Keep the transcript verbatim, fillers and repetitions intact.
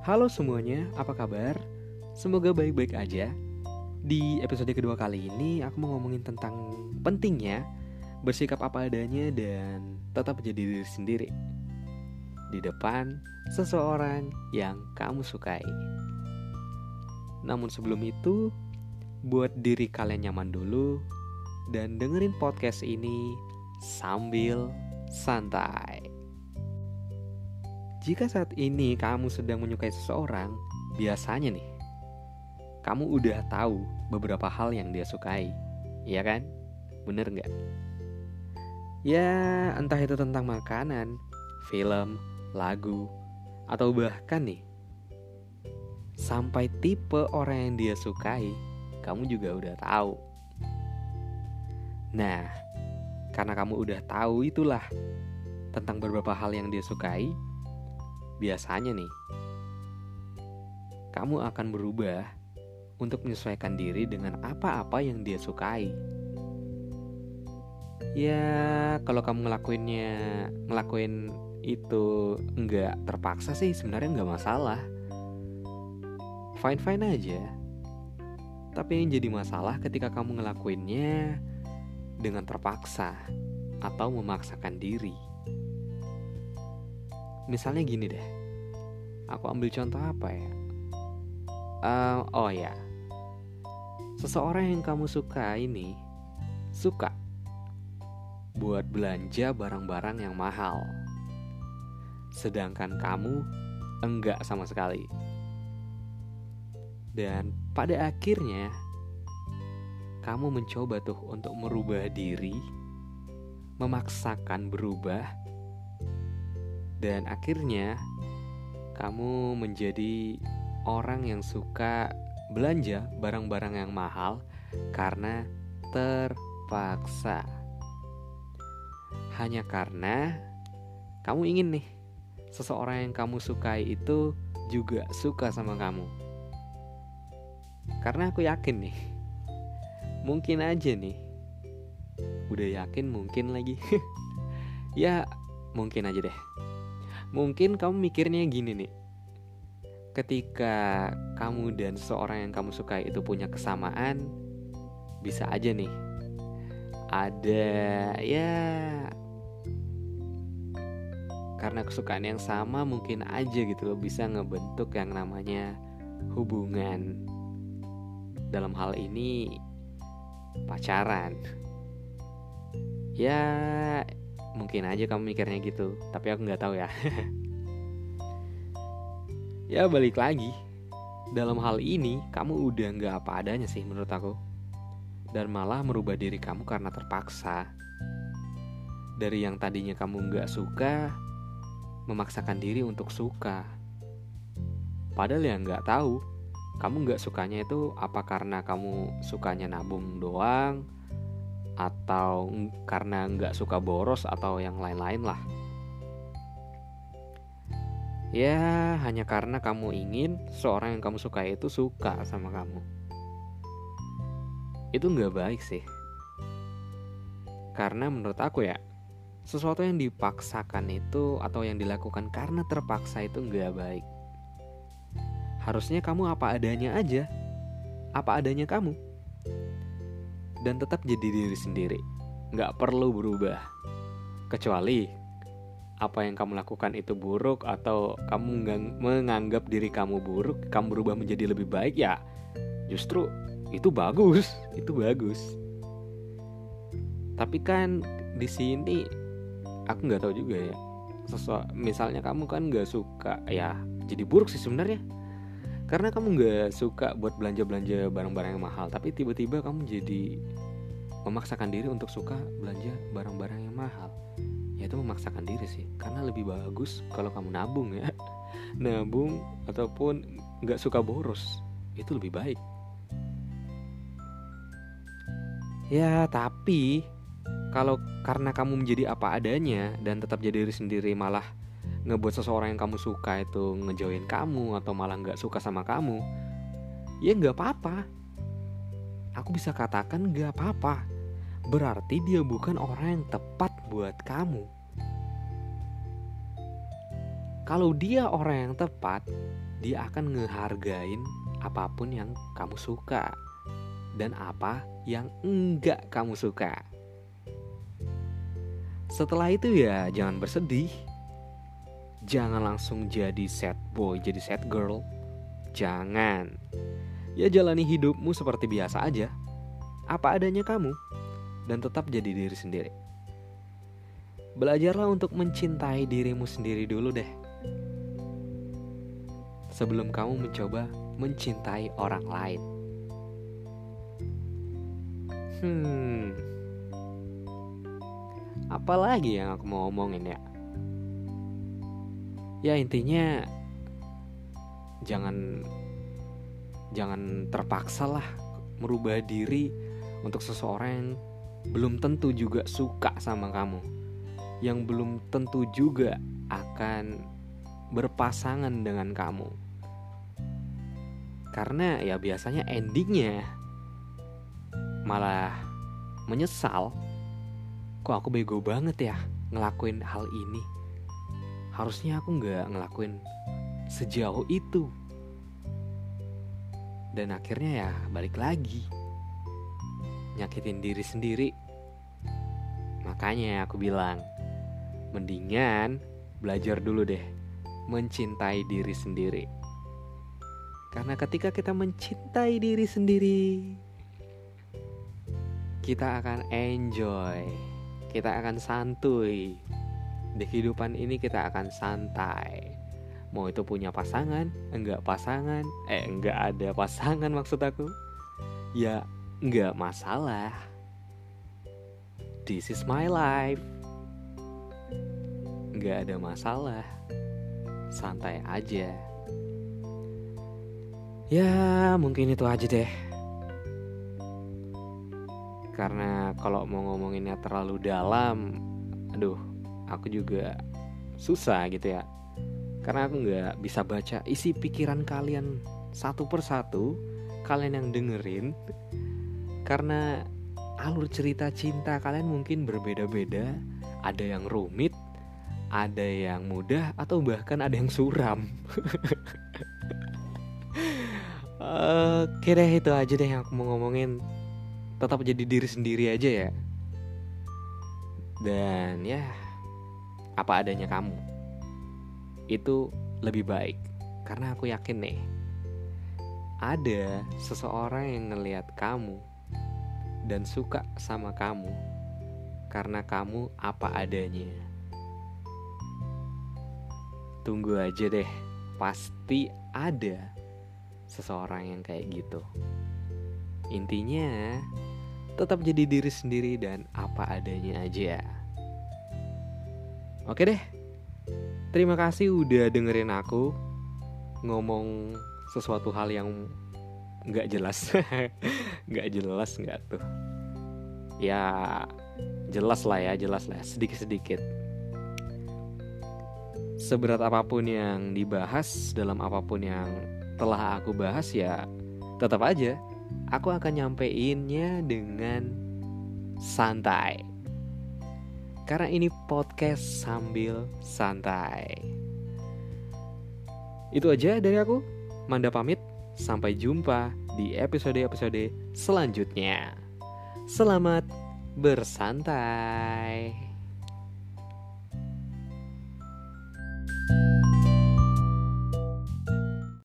Halo semuanya, apa kabar? Semoga baik-baik aja. Di episode kedua kali ini aku mau ngomongin tentang pentingnya bersikap apa adanya dan tetap jadi diri sendiri di depan seseorang yang kamu sukai. Namun sebelum itu, buat diri kalian nyaman dulu dan dengerin podcast ini sambil santai. Jika saat ini kamu sedang menyukai seseorang, biasanya nih, kamu udah tahu beberapa hal yang dia sukai, iya kan? Bener nggak? Ya, entah itu tentang makanan, film, lagu, atau bahkan nih, sampai tipe orang yang dia sukai, kamu juga udah tahu. Nah, karena kamu udah tahu itulah tentang beberapa hal yang dia sukai, biasanya nih, kamu akan berubah untuk menyesuaikan diri dengan apa-apa yang dia sukai. Ya, kalau kamu ngelakuinnya, ngelakuin itu nggak terpaksa sih sebenarnya nggak masalah. Fine-fine aja. Tapi yang jadi masalah ketika kamu ngelakuinnya dengan terpaksa atau memaksakan diri. Misalnya gini deh, aku ambil contoh apa ya? Uh, oh ya, seseorang yang kamu suka ini suka buat belanja barang-barang yang mahal, sedangkan kamu enggak sama sekali. Dan pada akhirnya kamu mencoba tuh untuk merubah diri, memaksakan berubah. Dan akhirnya kamu menjadi orang yang suka belanja barang-barang yang mahal karena terpaksa. Hanya karena kamu ingin nih seseorang yang kamu sukai itu juga suka sama kamu. Karena aku yakin nih, mungkin aja nih, udah yakin mungkin lagi. Ya mungkin aja deh. Mungkin kamu mikirnya gini nih, ketika kamu dan seseorang yang kamu sukai itu punya kesamaan, bisa aja nih ada ya, karena kesukaan yang sama mungkin aja gitu loh bisa ngebentuk yang namanya hubungan. Dalam hal ini pacaran. Ya mungkin aja kamu mikirnya gitu, tapi aku gak tahu ya. Ya balik lagi, dalam hal ini kamu udah gak apa adanya sih menurut aku. Dan malah merubah diri kamu karena terpaksa. Dari yang tadinya kamu gak suka, memaksakan diri untuk suka. Padahal yang gak tahu, kamu gak sukanya itu apa karena kamu sukanya nabung doang, atau karena nggak suka boros atau yang lain-lain lah. Ya hanya karena kamu ingin seorang yang kamu suka itu suka sama kamu. Itu nggak baik sih. Karena menurut aku ya, sesuatu yang dipaksakan itu atau yang dilakukan karena terpaksa itu nggak baik. Harusnya kamu apa adanya aja, apa adanya kamu. Dan tetap jadi diri sendiri, gak perlu berubah. Kecuali apa yang kamu lakukan itu buruk, atau kamu menganggap diri kamu buruk, kamu berubah menjadi lebih baik, ya justru itu bagus, itu bagus. Tapi kan di sini aku gak tahu juga ya. Sesuatu, misalnya kamu kan gak suka, ya jadi buruk sih sebenarnya. Karena kamu gak suka buat belanja-belanja barang-barang yang mahal, tapi tiba-tiba kamu jadi memaksakan diri untuk suka belanja barang-barang yang mahal. Ya itu memaksakan diri sih. Karena lebih bagus kalau kamu nabung ya. Nabung ataupun gak suka boros, itu lebih baik. Ya tapi kalau karena kamu menjadi apa adanya dan tetap jadi diri sendiri, malah ngebuat seseorang yang kamu suka itu ngejauhin kamu atau malah gak suka sama kamu, ya gak apa-apa. Aku bisa katakan gak apa-apa. Berarti dia bukan orang yang tepat buat kamu. Kalau dia orang yang tepat, dia akan ngehargain apapun yang kamu suka dan apa yang enggak kamu suka. Setelah itu ya jangan bersedih. Jangan langsung jadi sad boy, jadi sad girl. Jangan. Ya jalani hidupmu seperti biasa aja, apa adanya kamu, dan tetap jadi diri sendiri. Belajarlah untuk mencintai dirimu sendiri dulu deh, sebelum kamu mencoba mencintai orang lain. Hmm Apalagi yang aku mau omongin ya? Ya intinya Jangan Jangan terpaksa lah merubah diri untuk seseorang yang belum tentu juga suka sama kamu, yang belum tentu juga akan berpasangan dengan kamu. Karena ya biasanya endingnya malah menyesal. Kok aku bego banget ya ngelakuin hal ini. Harusnya aku gak ngelakuin sejauh itu. Dan akhirnya ya balik lagi nyakitin diri sendiri. Makanya aku bilang, mendingan belajar dulu deh mencintai diri sendiri. Karena ketika kita mencintai diri sendiri, kita akan enjoy, kita akan santuy. Di kehidupan ini kita akan santai. Mau itu punya pasangan, enggak pasangan, eh enggak ada pasangan maksud aku, ya enggak masalah. This is my life. Enggak ada masalah. Santai aja. Ya mungkin itu aja deh. Karena kalau mau ngomonginnya terlalu dalam, aduh, aku juga susah gitu ya. Karena aku gak bisa baca isi pikiran kalian satu persatu, kalian yang dengerin. Karena alur cerita cinta kalian mungkin berbeda-beda. Ada yang rumit, ada yang mudah, atau bahkan ada yang suram. Oke deh, itu aja deh yang aku mau ngomongin. Tetap jadi diri sendiri aja ya. Dan ya, apa adanya kamu, itu lebih baik. Karena aku yakin nih, ada seseorang yang ngelihat kamu dan suka sama kamu karena kamu apa adanya. Tunggu aja deh, pasti ada seseorang yang kayak gitu. Intinya tetap jadi diri sendiri dan apa adanya aja. Oke deh, terima kasih udah dengerin aku ngomong sesuatu hal yang gak jelas. Gak jelas gak tuh? Ya jelas lah ya, jelas lah, sedikit-sedikit. Seberat apapun yang dibahas, dalam apapun yang telah aku bahas, ya tetap aja aku akan nyampeinnya dengan santai. Karena ini podcast sambil santai. Itu aja dari aku, Manda pamit. Sampai jumpa di episode-episode selanjutnya. Selamat bersantai.